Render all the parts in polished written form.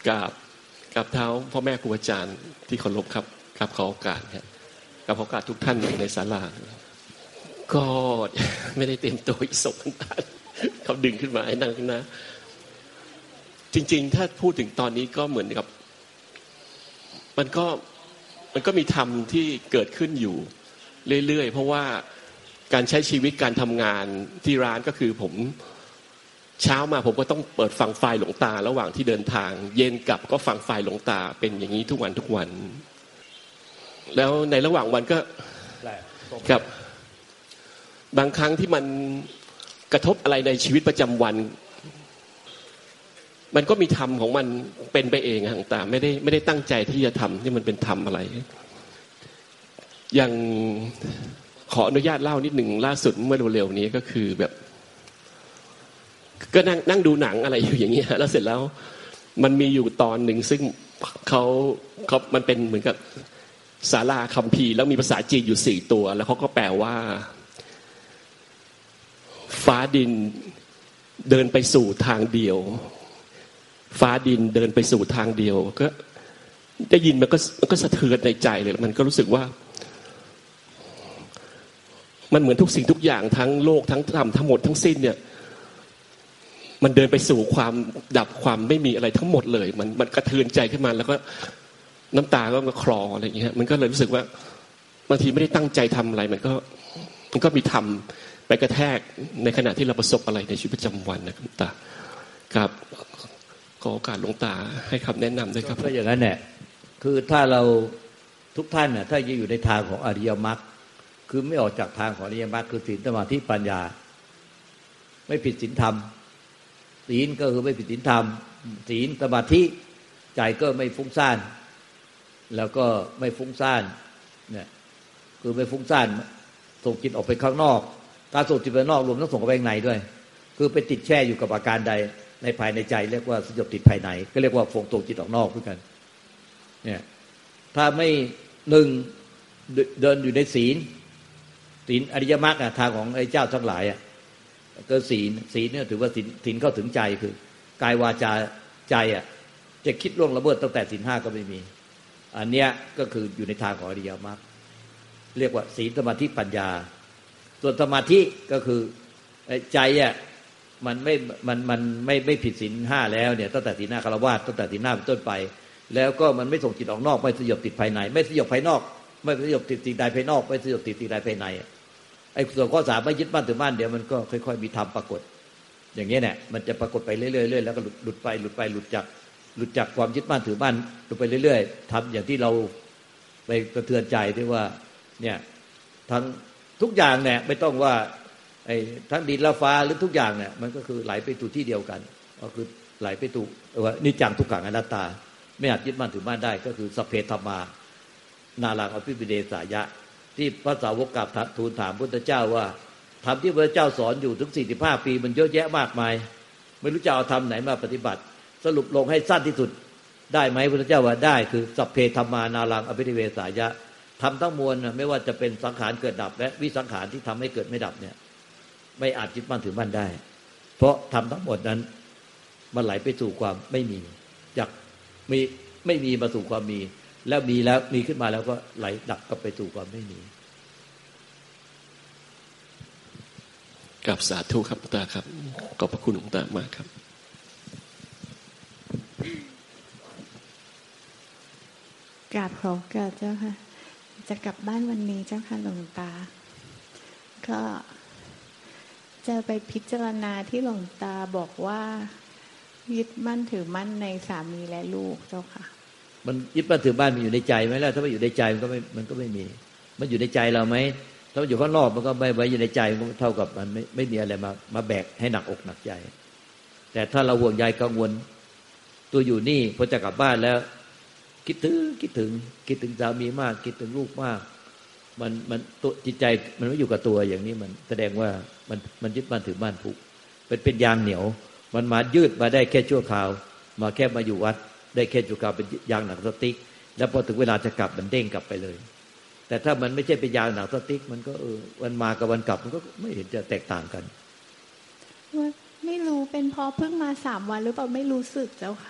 กราบเท้าพ่อแม่ครูอาจารย์ที่เคารพครับกราบขอโอกาสครับกราบขอโอกาสทุกท่านในศาลาก็ไม่ได้เตรียมตัวอีกส่งกันเขาดึงขึ้นมาให้นั่งขึ้นนะจริงๆถ้าพูดถึงตอนนี้ก็เหมือนกับมันก็มีธรรมที่เกิดขึ้นอยู่เรื่อยๆเพราะว่าการใช้ชีวิตการทำงานที่ร้านก็คือผมเช้ามาผมก็ต้องเปิดฟังไฟล์หลวงตาระหว่างที่เดินทางเย็นกลับก็ฟังไฟล์หลวงตาเป็นอย่างนี้ทุกวันแล้วในระหว่างวันก็กับบางครั้งที่มันกระทบอะไรในชีวิตประจำวันมันก็มีธรรมของมันเป็นไปเองต่างๆไม่ได้ตั้งใจที่จะทำที่มันเป็นธรรมอะไรอย่างขออนุญาตเล่านิดหนึ่งล่าสุดเมื่อเร็วๆนี้ก็คือแบบก็นั่งดูหนังอะไรอยู่อย่างเงี้ยแล้วเสร็จแล้วมันมีอยู่ตอนหนึ่งซึ่งเขามันเป็นเหมือนกับศาลาคัมภีร์แล้วมีภาษาจีนอยู่4ตัวแล้วเขาก็แปลว่าฟ้าดินเดินไปสู่ทางเดียวฟ้าดินเดินไปสู่ทางเดียวก็ได้ยินมันก็สะเทือนในใจเลยมันก็รู้สึกว่ามันเหมือนทุกสิ่งทุกอย่างทั้งโลกทั้งธรรมทั้งหมดทั้งสิ้นเนี่ยมันเดินไปสู่ความดับความไม่มีอะไรทั้งหมดเลยมันกระเทือนใจขึ้นมาแล้วก็น้ำตาก็มาคลออะไรอย่างเงี้ยมันก็เลยรู้สึกว่าบางทีไม่ได้ตั้งใจทำอะไรมันก็มีทำไปกระแทกในขณะที่เราประสบอะไรในชีวิตประจำวันนะครับตาครับขอโอกาสหลวงตาให้คำแนะนำด้วยครับก็อย่างนั้นแหละคือถ้าเราทุกท่านน่ะถ้าอยู่ในทางของอริยมรรคคือไม่ออกจากทางของอริยมรรคคือศีลสมาธิปัญญาไม่ผิดศีลธรรมศีลก็คือไม่ผิดศีลธรรมศีลสมาธิใจก็ไม่ฟุ้งซ่านแล้วก็ไม่ฟุ้งซ่านเนี่ยคือไม่ฟุ้งซ่านส่งจิตออกไปข้างนอกการส่งจิตไปนอกรวมทั้งส่งออกไปข้างในด้วยคือไปติดแช่อยู่กับอาการใดในภายในใจเรียกว่าสยบติดภายในก็เรียกว่าส่งจิตออกนอกเหมือนกันเนี่ยถ้าไม่หนึ่งเดินอยู่ในศีลอริยมรรคทางของไอ้เจ้าทั้งหลายก็ศีลเนี่ยถือว่าศีลเข้าถึงใจคือกายวาจาใจจะคิดล่วงละเมิดตั้งแต่ศีล5ก็ไม่มีอันเนี้ยก็คืออยู่ในทางของอริยมรรคเรียกว่าศีลสมาธิปัญญาส่วนสมาธิก็คือใจมันไม่ผิดศีล5แล้วเนี่ยตั้งแต่ศีล5ฆราวาสตั้งแต่ศีล5เป็นต้นไปแล้วก็มันไม่ส่งจิตออกนอกไม่สยบติดภายในไม่สยบภายนอกไม่สยบติดสิ่งใดภายนอกไม่สยบติดสิ่งใดภายในไอ้ส่วนข้อ3ไม่ยึดมั่นถือมั่นเดี๋ยวมันก็ค่อยๆมีธรรมปรากฏอย่างนี้เนี่ยมันจะปรากฏไปเรื่อยๆแล้วก็หลุดจากความยึดมั่นถือมั่นหลุดไปเรื่อยๆทำอย่างที่เราไปกระเทือนใจที่ว่าเนี่ยทั้งทุกอย่างเนี่ยไม่ต้องว่าไอ้ทั้งดินและฟ้าหรือทุกอย่างเนี่ยมันก็คือไหลไปสู่ที่เดียวกันก็คือไหลไปสู่ว่านิจจังทุกขังอนัตตาไม่อาจยึดมั่นถือมั่นได้ก็คือสัพเพธรรมานารังอภิปเดสายะที่พระสาวกกราบทูลถามพุทธเจ้าว่าธรรมที่พระเจ้าสอนอยู่ถึง45ปีมันเยอะแยะมากมายไม่รู้จะเอาธรรมไหนมาปฏิบัติสรุปลงให้สั้นที่สุดได้ไหมพุทธเจ้าว่าได้คือสัพเพธรรมานารังอภิปเดสายะธรรมทั้งมวลไม่ว่าจะเป็นสังขารเกิดดับและวิสังขารที่ทำให้เกิดไม่ดับเนี่ยไม่อาจยึดมั่นถือมั่นได้เพราะธรรมทั้งหมดนั้นมันไหลไปสู่ความไม่มีจากไม่มีมาสู่ความมีแล้วมีขึ้นมาแล้วก็ไหลดับกลับไปสู่ความไม่มีกับสาธุครับหลวงตาครับขอบพระคุณหลวงตามากครับกราบขอโอกาสเจ้าค่ะจะกลับบ้านวันนี้เจ้าค่ะหลวงตาก็จะไปพิจารณาที่หลวงตาบอกว่ายึดมั่นถือมั่นในสามีและลูกเจ้าค่ะมันยึดมั่นถือมั่นมันอยู่ในใจไหมล่ะถ้าไม่อยู่ในใจมันก็ไม่มีมันอยู่ในใจเราไหมถ้ามันอยู่ข้างนอกมันก็ไม่ไว้อยู่ในใจมันก็เท่ากับมันไม่มีอะไรมาแบกให้หนักอกหนักใจแต่ถ้าเราห่วงใยกังวลตัวอยู่นี่พอจะกลับบ้านแล้วคิดถึงสามีมากคิดถึงลูกมากมันตัวจิตใจมันไม่อยู่กับตัวอย่างนี้มันแสดงว่ามันยึดมั่นถือมั่นผูกเป็นยางเหนียวมันมายืดมาได้แค่ชั่วคราวมาแค่มาอยู่วัดได้แค่ชั่วคราวเป็นยางหนังสติ๊กแล้วพอถึงเวลาจะกลับมันเด้งกลับไปเลยแต่ถ้ามันไม่ใช่เป็นยางหนังสติ๊กมันก็วันมากับวันกลับมันก็ไม่เห็นจะแตกต่างกันไม่รู้เป็นเพราะเพิ่งมา3 วันหรือเปล่าไม่รู้สึกเจ้าค่ะ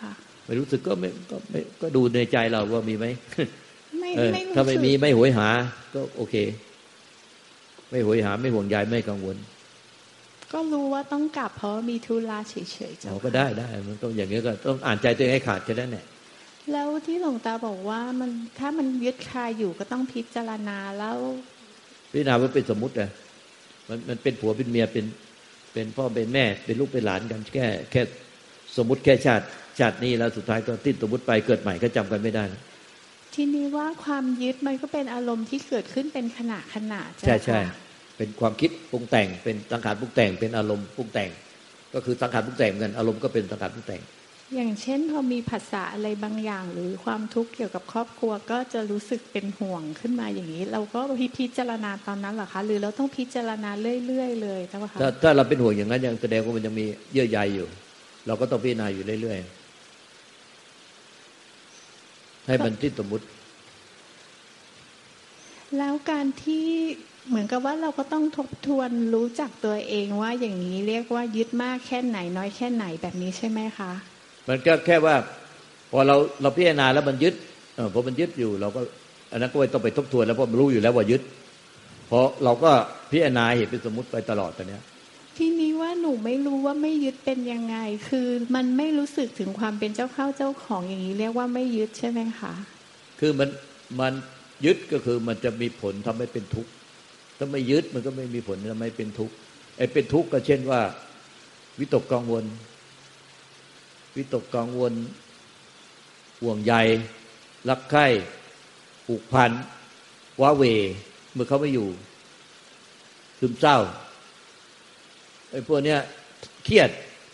ไม่รู้สึกก็ดูในใจเราว่ามีไหมไม่ถ้าไม่มีไม่โหยหาก็โอเคไม่โหยหาไม่ห่วงใยไม่กังวลก็รู้ว่าต้องกลับเพราะมีธุระเฉยๆจ้ะก็ได้มันต้องอย่างนี้ก็ต้องอ่านใจตัวเองให้ขาดแค่นั้นแหละแล้วที่หลวงตาบอกว่ามันถ้ามันยึดคาอยู่ก็ต้องพิจารณาแล้วพิจารณาว่าเป็นสมมุตินะมันเป็นผัวเป็นเมียเป็นพ่อเป็นแม่เป็นลูกเป็นหลานกันแค่สมมุติแค่ชาตินี้แล้วสุดท้ายก็ติ้นสมมุติไปเกิดใหม่ก็จำกันไม่ได้นะทีนี้ว่าความยึดมันก็เป็นอารมณ์ที่เกิดขึ้นเป็นขณะใช่เป็นความคิดปรุงแต่งเป็นสังขารปรุงแต่งเป็นอารมณ์ปรุงแต่งก็คือสังขารปรุงแต่งกันอารมณ์ก็เป็นสังขารปรุงแต่งอย่างเช่นพอมีภาษาอะไรบางอย่างหรือความทุกข์เกี่ยวกับครอบครัวก็จะรู้สึกเป็นห่วงขึ้นมาอย่างนี้เราก็พิจารณาตอนนั้นเหรอคะหรือเราต้องพิจารณาเรื่อยๆเลยใช่ไหมคะถ้าเราเป็นห่วงอย่างนั้นยังแสดงว่ามันยังมีเยื่อใยอยู่เราก็ต้องพิจารณาอยู่เรื่อยๆให้มันที่สมมุติแล้วการที่เหมือนกับว่าเราก็ต้องทบทวนรู้จักตัวเองว่าอย่างนี้เรียกว่ายึดมากแค่ไหนน้อยแค่ไหนแบบนี้ใช่ไหมคะมันก็แค่ว่าพอเราพิจารณาแล้วมันยึดพอมันยึดอยู่เราก็อันนั้นก็ไม่ต้องไปทบทวนแล้วเพราะมันรู้อยู่แล้วว่ายึดเพราะเราก็พิจารณาเหตุเป็นสมมุติไปตลอดตอนนี้ทีนี้ว่าหนูไม่รู้ว่าไม่ยึดเป็นยังไงคือมันไม่รู้สึกถึงความเป็นเจ้าเข้าเจ้าของอย่างนี้เรียกว่าไม่ยึดใช่ไหมคะคือมันยึดก็คือมันจะมีผลทำให้เป็นทุกข์ถ้าไม่ยึดมันก็ไม่มีผลทำให้เป็นทุกข์ไอ้เป็นทุกข์ก็เช่นว่าวิตกกังวลห่วงใยรักใคร่ผูกพันว้าเหวเมื่อเขาไม่อยู่ซึมเศร้าไอ้พวกเนี้ยเครียด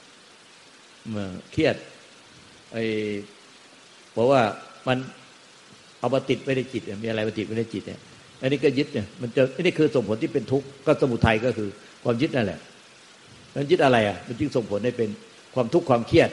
ไอ้เพราะว่ามันเอามาติดไว้ในจิตมีอะไรมาติดไว้ในจิตเนี่ยอันนี้ก็ยึดเนี่ยมันจะนี่คือส่งผลที่เป็นทุกข์ก็สมุทัยก็คือความยึดนั่นแหละมันยึดอะไรมันจึงส่งผลให้เป็นความทุกข์ความเครียด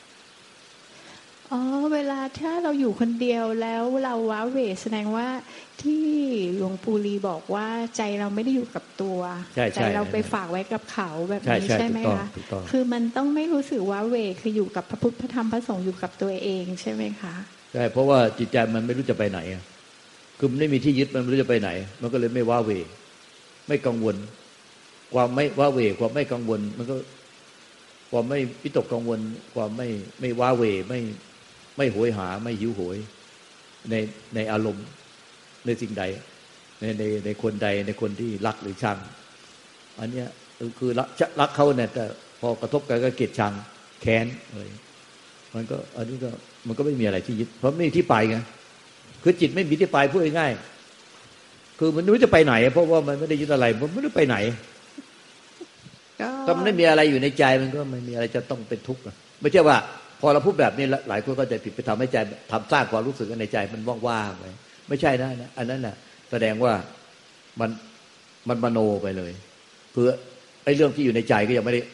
เวลาถ้าเราอยู่คนเดียวแล้วเราว้าเหวแสดงว่าที่หลวงปู่ลีบอกว่าใจเราไม่ได้อยู่กับตัวใจเราไปฝากไว้กับเขาแบบนี้ใช่ไหมคะคือมันต้องไม่รู้สึกว้าเหวคืออยู่กับพระพุทธพระธรรมพระสงฆ์อยู่กับตัวเองใช่ไหมคะใช่เพราะว่าจิตใจมันไม่รู้จะไปไหนคือมันไม่มีที่ยึดมันไม่รู้จะไปไหนมันก็เลยไม่ว้าเหวไม่กังวลความไม่ว้าเหวความไม่กังวลมันก็ความไม่วิตกกังวลความไม่ว้าเหวไม่โหยหาไม่หิวโหยในอารมณ์ในสิ่งใดในคนใดในคนที่รักหรือชังอันเนี้ยคือรักเขาเนี่ยแต่พอกระทบกันก็เกลียดชังแค้นอะไรมันก็อันนี้ก็มันก็ไม่มีอะไรที่ยึดเพราะไม่มีที่ไปไงคือจิตไม่มีที่ไปพูดง่ายๆคือมันไม่รู้จะไปไหนเพราะว่ามันไม่ได้ยึดอะไรมันไม่รู้ไปไหนถ้ามันไม่มีอะไรอยู่ในใจมันก็ไม่มีอะไรจะต้องเป็นทุกข์ไม่ใช่ว่าพอเราพูดแบบนี้หลายคนก็จะผิดไปทำให้ใจทำสร้างความรู้สึกในใจมันว่างๆไปไม่ใช่นะอันนั้นแหละแสดงว่ามันมโนไปเลยเพื่อไอ้เรื่องที่อยู่ในใจก็ยังไม่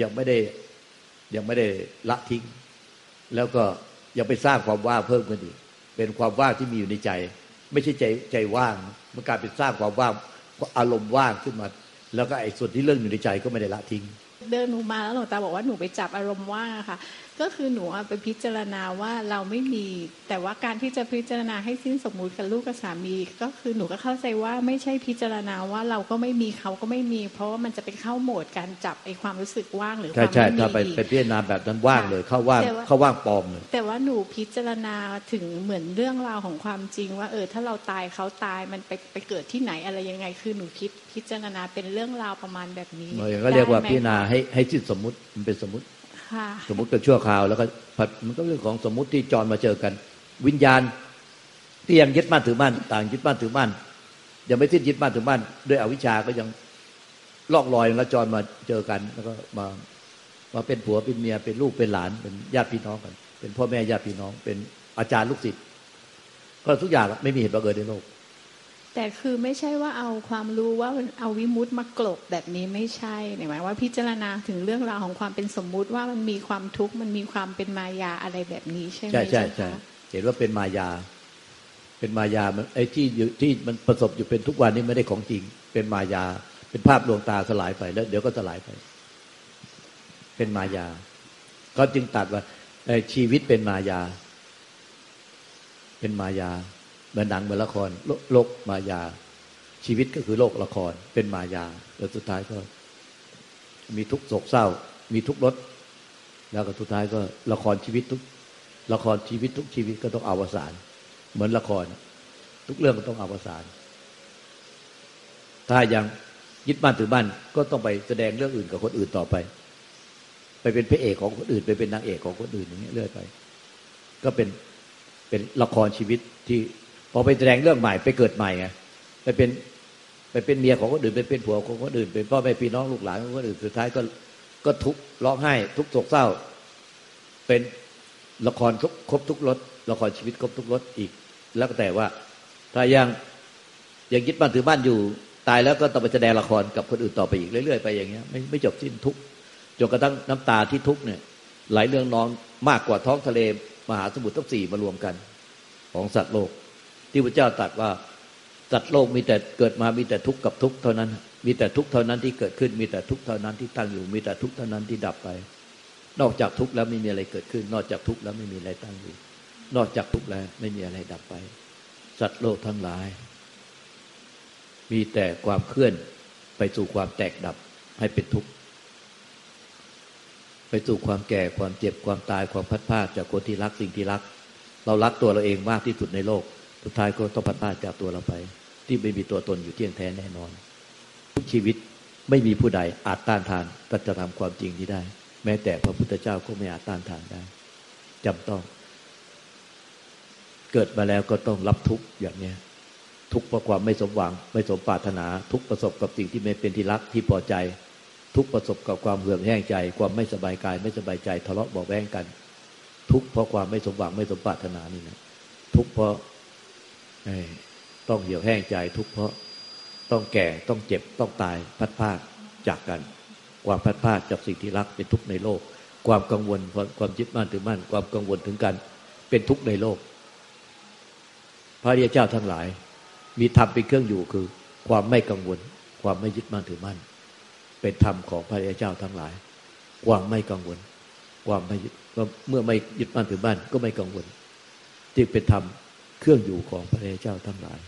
ได้ละทิ้งแล้วก็ยังไปสร้างความว่างเพิ่มขึ้นอีกเป็นความว่างที่มีอยู่ในใจไม่ใช่ใจว่างมันกลายเป็นสร้างความว่างอารมณ์ว่างขึ้นมาแล้วก็ไอ้ส่วนที่เรื่องอยู่ในใจก็ไม่ได้ละทิ้งเดินหนูมาแล้วหลวงตาบอกว่าหนูไปจับอารมณ์ว่างค่ะก็คือหนูไปพิจารณาว่าเราไม่มีแต่ว่าการที่จะพิจารณาให้สิ้นสมมุติกับลูกกับสามีก็คือหนูก็เข้าใจว่าไม่ใช่พิจารณาว่าเราก็ไม่มีเขาก็ไม่มีเพราะว่ามันจะเป็นเข้าโหมดการจับไอ้ความรู้สึกว่างหรือความไม่มีถ้าไปพิจารณาแบบนั้นว่างเลยเข้าว่างปลอมเลยแต่ว่าหนูพิจารณาถึงเหมือนเรื่องราวของความจริงว่าถ้าเราตายเขาตายมันไปเกิดที่ไหนอะไรยังไงคือหนูคิดพิจารณาเป็นเรื่องราวประมาณแบบนี้ก็เรียกว่าพิจารณาให้สิ้นสมมุติมันเป็นสมมุติสมมุติก็ชั่วคราวแล้วก็มันก็เรื่องของสมมุติที่จรมาเจอกันวิญญาณที่ยังยึดมั่นถือมั่นต่างยึดมั่นถือมั่นยังไม่สิ้นยึดมั่นถือมั่นด้วยอวิชชาก็ยังล่องลอยแล้วจรมาเจอกันแล้วก็มาเป็นผัวเป็นเมียเป็นลูกเป็นหลานเป็นญาติพี่น้องกันเป็นพ่อแม่ญาติพี่น้องเป็นอาจารย์ลูกศิษย์ก็ทุกอย่างไม่มีเหตุบังเอิญในโลกแต่คือไม่ใช่ว่าเอาความรู้ว่าเอาวิมุตติมากลบแบบนี้ไม่ใช่หมายว่าพิจารณาถึงเรื่องราวของความเป็นสมมุติว่ามันมีความทุกข์มันมีความเป็นมายาอะไรแบบนี้ใช่ไหมใช่เห็นว่าเป็นมายามันไอ้ที่มันประสบอยู่เป็นทุกวันนี้ไม่ได้ของจริงเป็นมายาเป็นภาพลวงตาสลายไปแล้วเดี๋ยวก็สลายไปเป็นมายาก็จึงตัดว่าชีวิตเป็นมายาเป็นมายาเหมือนหนังเหมือนละครโลกมายาชีวิตก็คือโลกละครเป็นมายาแล้วสุดท้ายก็มีทุกโศกเศร้ามีทุกรสแล้วก็สุดท้ายก็ละครชีวิตทุกละครชีวิตทุกชีวิตก็ต้องอวสานเหมือนละครทุกเรื่องก็ต้องอวสานถ้ายังยึดบ้านถือบ้านก็ต้องไปแสดงเรื่องอื่นกับคนอื่นต่อไปเป็นพระเอกของคนอื่นไปเป็นนางเอกของคนอื่นอย่างนี้เรื่อยไปก็เป็นละครชีวิตที่พอไปแสดงเรื่องใหม่ไปเกิดใหม่ไงไปเป็นเมียของคนอื่นไปเป็นผัวของคนอื่นเป็นพ่อแม่พี่น้องลูกหลานของคนอื่นสุดท้ายก็ทุกข์ร้องไห้ทุกข์โศกเศร้าเป็นละครครบทุกรสละครชีวิตครบทุกรสอีกแล้วก็แต่ว่าถ้ายังยึดบ้านถือบ้านอยู่ตายแล้วก็ต้องไปแสดงละครกับคนอื่นต่อไปอีกเรื่อยๆไปอย่างเงี้ยไม่จบสิ้นทุกข์จนกระทั่งน้ำตาที่ทุกข์เนี่ยไหลเรื่องนองมากกว่าท้องทะเลมหาสมุทรทั้ง4มารวมกันของสัตว์โลกที่พระเจ้าตรัสว่าสัตว์โลกมีแต่เกิดมามีแต่ทุกข์กับทุกข์เท่านั้นมีแต่ทุกข์เท่านั้นที่เกิดขึ้นมีแต่ทุกข์เท่านั้นที่ตั้งอยู่มีแต่ทุกข์เท่านั้นที่ดับไปนอกจากทุกข์แล้วไม่มีอะไรเกิดขึ้นนอกจากทุกข์แล้วไม่มีอะไรตั้งอยู่นอกจากทุกข์แล้วไม่มีอะไรดับไปสัตว์โลกทั้งหลายมีแต่ความเคลื่อนไปสู่ความแตกดับให้เป็นทุกข์ไปสู่ความแก่ความเจ็บความตายความพัดพรากจากคนที่รักสิ่งที่รักเรารักตัวเราเองมากที่สุดในโลกสุดท้ายก็ต้องพัดพรากจากตัวเราไปที่ไม่มีตัวตนอยู่เที่ยงแท้แน่นอนทุกชีวิตไม่มีผู้ใดอาจต้านทานสัจธรรมความจริงนี้ได้แม้แต่พระพุทธเจ้าก็ไม่อาจต้านทานได้จำต้องเกิดมาแล้วก็ต้องรับทุกข์อย่างนี้ทุกข์เพราะความไม่สมหวังไม่สมปรารถนาทุกข์ประสบกับสิ่งที่ไม่เป็นที่รักที่พอใจทุกข์ประสบกับความเหือดแห้งใจความไม่สบายกายไม่สบายใจทะเลาะเบาะแว้งกันทุกข์เพราะความไม่สมหวังไม่สมปรารถนานี่นะทุกข์เพราะต้องเหี่ยวแห้งใจทุกข์เพราะต้องแก่ต้องเจ็บต้องตายพัดพรากจากกันความพัดพรากจากสิ่งที่รักเป็นทุกข์ในโลกความกังวลความยึดมั่นถือมั่นความกังวลถึงกันเป็นทุกข์ในโลกพระอริยเจ้าทั้งหลายมีธรรมเป็นเครื่องอยู่คือความไม่กังวลความไม่ยึดมั่นถือมั่นเป็นธรรมของพระอริยเจ้าทั้งหลายความไม่กังวลความไม่เมื่อไม่ยึดมั่นถือมั่นก็ไม่กังวลจึงเป็นธรรมเครื่องอยู่ของพระอริยเจ้าทั้งหลาย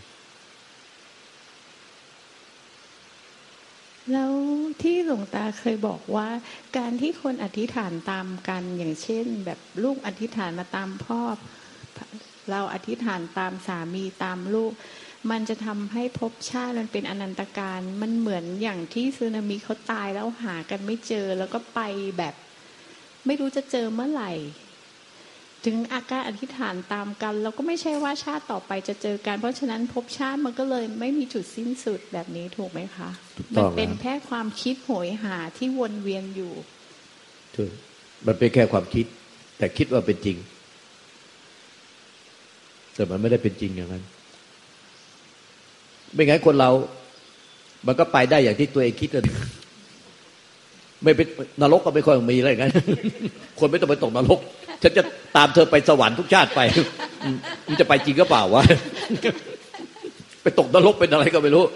แล้วที่หลวงตาเคยบอกว่าการที่คนอธิษฐานตามกันอย่างเช่นแบบลูกอธิษฐานมาตามพ่อเราอธิษฐานตามสามีตามลูกมันจะทำให้ภพชาติมันเป็นอนันตการมันเหมือนอย่างที่สึนามิเขาตายแล้วหากันไม่เจอแล้วก็ไปแบบไม่รู้จะเจอเมื่อไหร่ถึงอาการอธิษฐานตามกันเราก็ไม่ใช่ว่าชาติต่อไปจะเจอกันเพราะฉะนั้นภพชาติมันก็เลยไม่มีจุดสิ้นสุดแบบนี้ถูกไหมคะมันเป็นแค่ความคิดโหยหาที่วนเวียนอยู่ถูกมันเป็นแค่ความคิดแต่คิดว่าเป็นจริงแต่มันไม่ได้เป็นจริงอย่างนั้นไม่งั้นคนเรามันก็ไปได้อย่างที่ตัวเองคิดเลยไม่เป็นนรกก็ไม่ค่อยมีอะไรอย่างนั้นคนไม่ต้องไปตกนรกฉันจะตามเธอไปสวรรค์ทุกชาติไปมันจะไปจริงก็เปล่าวะไปตกนรกเป็นอะไรก็ไม่รู้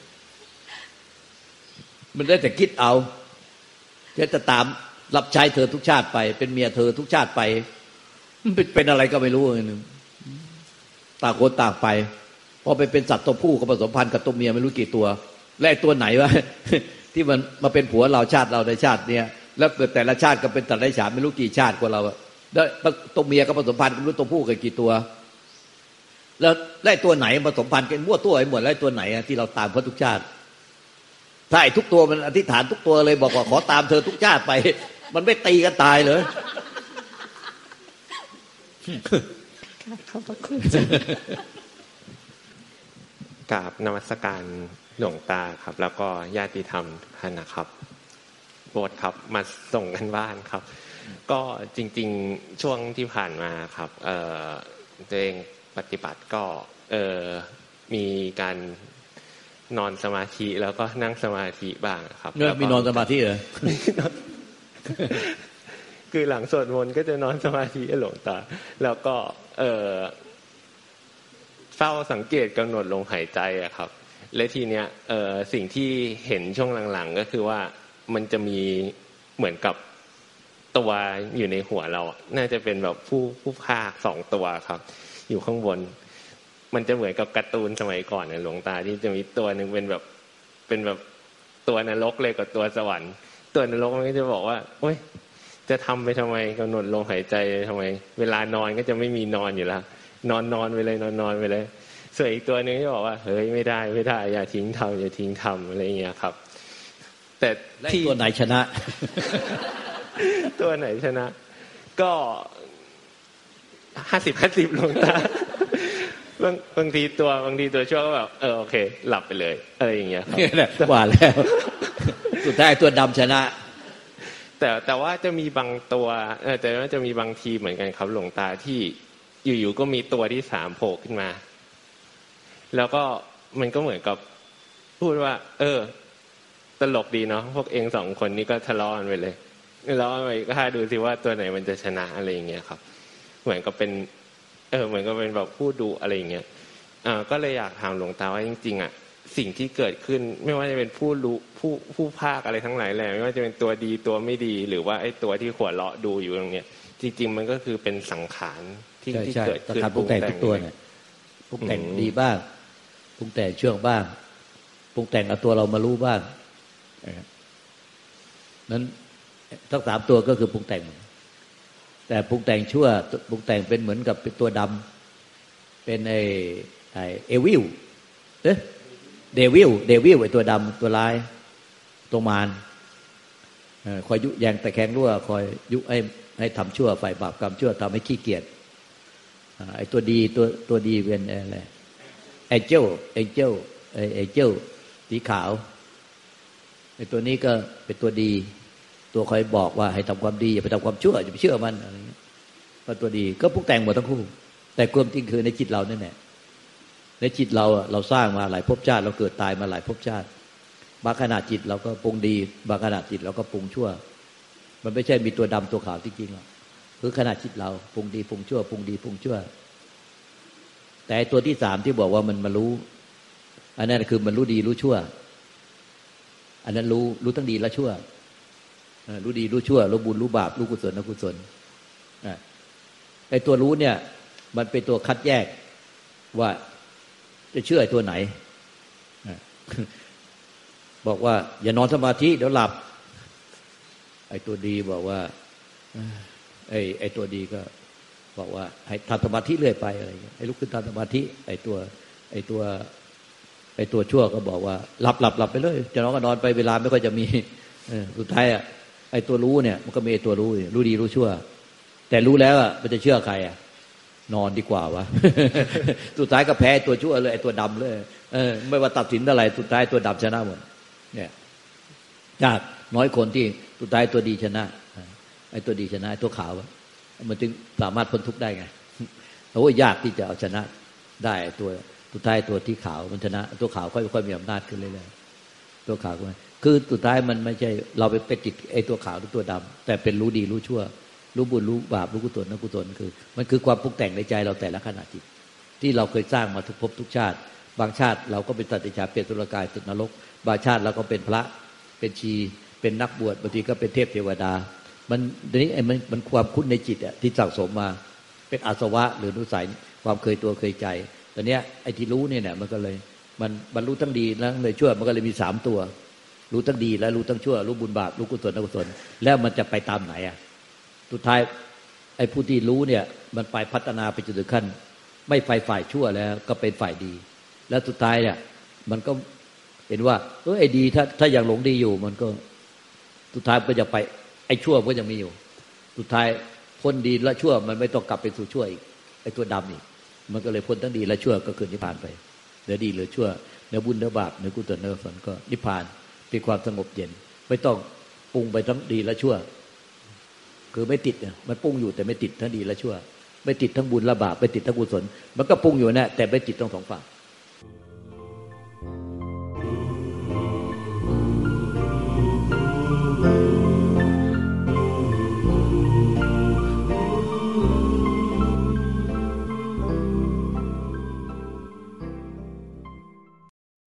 มันได้แต่คิดเอาฉันจะตามรับใช้เธอทุกชาติไปเป็นเมียเธอทุกชาติไปมันเป็นอะไรก็ไม่รู้นึงต่างคนต่างไปพอไปเป็นสัตว์ตัวผู้ก็ผสมพันธุ์กับตัวเมียไม่รู้กี่ตัวและตัวไหนวะที่มันมาเป็นผัวเราชาติเราในชาติเนี้ยแล้วเกิดแต่ละชาติก็เป็นแต่ละชาติไม่รู้กี่ชาติกว่าเราแล้วตัวเมียก็ผสมพันธุ์ไม่รู้ตัวผู้กันกี่ตัวแล้วตัวไหนผสมพันธุ์กันมั่วตัวไปหมดแล้วตัวไหนที่เราตามเขาทุกชาติถ้าไอ้ทุกตัวมันอธิษฐานทุกตัวเลยบอกว่าขอตามเธอทุกชาติไปมันไม่ตีกันตายเลยขอบพระคุณกราบนมัสการหลวงตาครับแล้วก็ญาติธรรมทุกท่านนะครับโปรดครับมาส่งกันบ้านครับก็จริงๆช่วงที่ผ่านมาครับตัวเองปฏิบัติก็มีการนอนสมาธิแล้วก็นั่งสมาธิบ้างครับมีนอนสมาธิเหรอคือหลังสวดมนต์ก็จะนอนสมาธิหลวงตาแล้วก็เฝ้าสังเกตกำหนดลมหายใจอะครับและทีเนี้ยสิ่งที่เห็นช่วงหลังๆก็คือว่ามันจะมีเหมือนกับตัวอยู่ในหัวเราน่าจะเป็นแบบผู้ภาค2ตัวครับอยู่ข้างบนมันจะเหมือนกับการ์ตูนสมัยก่อนนะหลวงตาที่จะมีตัวนึงเป็นแบบตัวนรกเลยกับตัวสวรรค์ตัวนรกมันก็จะบอกว่าโอ๊ยจะทำไปทำไมกำหนดลมหายใจทำไมเวลานอนก็จะไม่มีนอนอยู่แล้วนอนไปเลยนอนไปเลยส่วนอีกตัวนึงก็บอกว่าเฮ้ยไม่ได้อย่าทิ้งทำอะไรอย่างเงี้ยครับแต่ที่ตัวไหนชนะตัวไหนชนะก็50-50หลวงตาบางทีตัวชั่วก็แบบโอเคหลับไปเลยอะไรอย่างเงี้ยครับว่าแล้วสุดท้ายตัวดำชนะแต่ว่าจะมีบางตัวแต่ว่าจะมีบางทีเหมือนกันครับหลวงตาที่อยู่ๆก็มีตัวที่3โผล่ขึ้นมาแล้วก็มันก็เหมือนกับพูดว่าตลกดีเนาะพวกเอง2คนนี้ก็ทะเลาะกันไปเลยแล้วก็ดูสิว่าตัวไหนมันจะชนะอะไรอย่างเงี้ยครับเหมือนกับเป็นเหมือนกับเป็นแบบผู้ดูอะไรอย่างเงี้ยก็เลยอยากถามหลวงตาว่าจริงๆอ่ะสิ่งที่เกิดขึ้นไม่ว่าจะเป็นผู้รู้ผู้ภาคอะไรทั้งหลายแหละไม่ว่าจะเป็นตัวดีตัวไม่ดีหรือว่าไอ้ตัวที่หัวเราะดูอยู่ตรงเนี้ยจริงๆมันก็คือเป็นสังขารที่เกิดขึ้นปรุงแต่งทุกตัวเนี่ยปรุงแต่งดีบ้างปรุงแต่งชั่วบ้างปรุงแต่งเอาตัวเรามารู้บ้างนั้นทั้ง3ตัวก็คือปรุงแต่งแต่ปรุงแต่งชั่วปรุงแต่งเป็นเหมือนกับเป็นตัวดำเป็นไอ้เอวิลเดวิลไอ้ตัวดำตัวร้ายตัวมารคอยยุแยงแต่แข็งรั่วคอยยุให้ทำชั่วฝ่ายบาปกรรมชั่วทำให้ขี้เกียจไอ้ตัวดีเป็นอะไรไอ้เจ้าสีขาวไอ้ตัวนี้ก็เป็นตัวดีตัวคอยบอกว่าให้ทำความดีอย่าไปทำความชั่วอย่าไปเชื่อมันอะไรเงี้ยก็ตัวดีก็ปรุงแต่งหมดทั้งคู่แต่ความจริงคือในจิตเราเนี่ยแหละในจิตเราสร้างมาหลายภพชาติเราเกิดตายมาหลายภพชาติบางขณะจิตเราก็ปรุงดีบางขณะจิตเราก็ปรุงชั่วมันไม่ใช่มีตัวดำตัวขาวจริงๆหรอกคือขณะจิตเราปรุงดีปรุงชั่วปรุงดีปรุงชั่วแต่ตัวที่3ที่บอกว่ามันมารู้อันนั้นคือมันรู้ดีรู้ชั่วอันนั้นรู้ทั้งดีและชั่วรู้ดีรู้ชั่วรู้บุญรู้บาปรู้กุศลอกุศลไอ้ตัวรู้เนี่ยมันเป็นตัวคัดแยกว่าจะเชื่อไอ้ตัวไหนบอกว่าอย่านอนสมาธิเดี๋ยวหลับไอ้ตัวดีบอกว่าไอ้ตัวดีก็บอกว่าให้ทำสมาธิเรื่อยไปอะไรอย่างเงี้ยให้ลุกขึ้นทำสมาธิไอ้ตัวชั่วก็บอกว่าหลับไปเลยจะนอนก็นอนไปเวลาไม่ค่อยจะมีสุดท้ายไอ้ตัวรู้เนี่ยมันก็มีไอ้ตัวรู้ดีรู้ชั่วแต่รู้แล้วมันจะเชื่อใครนอนดีกว่าวะ สุดท้ายก็แพ้ตัวชั่วเลยไอ้ตัวดำเลยไม่ว่าตัดสินอะไรสุดท้ายตัวดำชนะหมดเนี่ยยากน้อยคนที่สุดท้ายตัวดีชนะไอ้ตัวดีชนะไอ้ตัวขาวมันจึงสามารถพ้นทุกข์ได้ไงโอ้ยยากที่จะเอาชนะได้ตัวสุดท้ายตัวที่ขาวมันชนะตัวขาวค่อยๆมีอำนาจขึ้นเรื่อยๆตัวขาวคือสุดท้ายมันไม่ใช่เราไปติดไอ้ตัวขาวหรือตัวดำแต่เป็นรู้ดีรู้ชั่วรู้บุญรู้บาปรู้กุศลอกุศลคือมันคือความปรุงแต่งในใจเราแต่ละขณะจิตที่เราเคยสร้างมาทุกภพทุกชาติบางชาติเราก็เป็นสัตว์เดรัจฉานเปรตอสุรกายตกนรกบางชาติเราก็เป็นพระเป็นชีเป็นนักบวชบางทีก็เป็นเทพเทวดามันทีนี้มันความคุ้นในจิตที่สั่งสมมาเป็นอาสวะหรือนุสัยความเคยตัวเคยใจตอนเนี้ยไอ้ที่รู้เนี่ยมันก็เลยมันรู้ทั้งดีแล้วเลยชั่วมันก็เลยมี3ตัวรู้ทั้งดีและรู้ทั้งชั่วรู้บุญบาปรู้กุศลอกุศลแล้วมันจะไปตามไหนสุดท้ายไอ้ผู้ที่รู้เนี่ยมันไปพัฒนาไปจนถึงขั้นไม่ไปฝ่ายชั่วแล้วก็เป็นฝ่ายดีแล้วสุดท้ายเนี่ยมันก็เห็นว่าไอ้ดีถ้ายังหลงดีอยู่มันก็สุดท้ายก็จะไปไอ้ชั่วก็ยังมีอยู่สุดท้ายพ้นดีและชั่วมันไม่ต้องกลับไปสู่ชั่วอีกไอ้ตัวดำอีกมันก็เลยพ้นทั้งดีและชั่วก็คือนิพพานไปเหลือดีเหลือชั่วเหลือบุญเหลือบาปเหลือกุศลเหลือกุศลก็นิพพานเป็นความสงบเย็นไม่ต้องปรุงไปทั้งดีและชั่วคือไม่ติดมันปรุงอยู่แต่ไม่ติดทั้งดีและชั่วไม่ติดทั้งบุญและบาปไม่ติดทั้งกุศลมันก็ปรุงอยู่นะแต่ไม่ติดทั้ง2ฝั่ง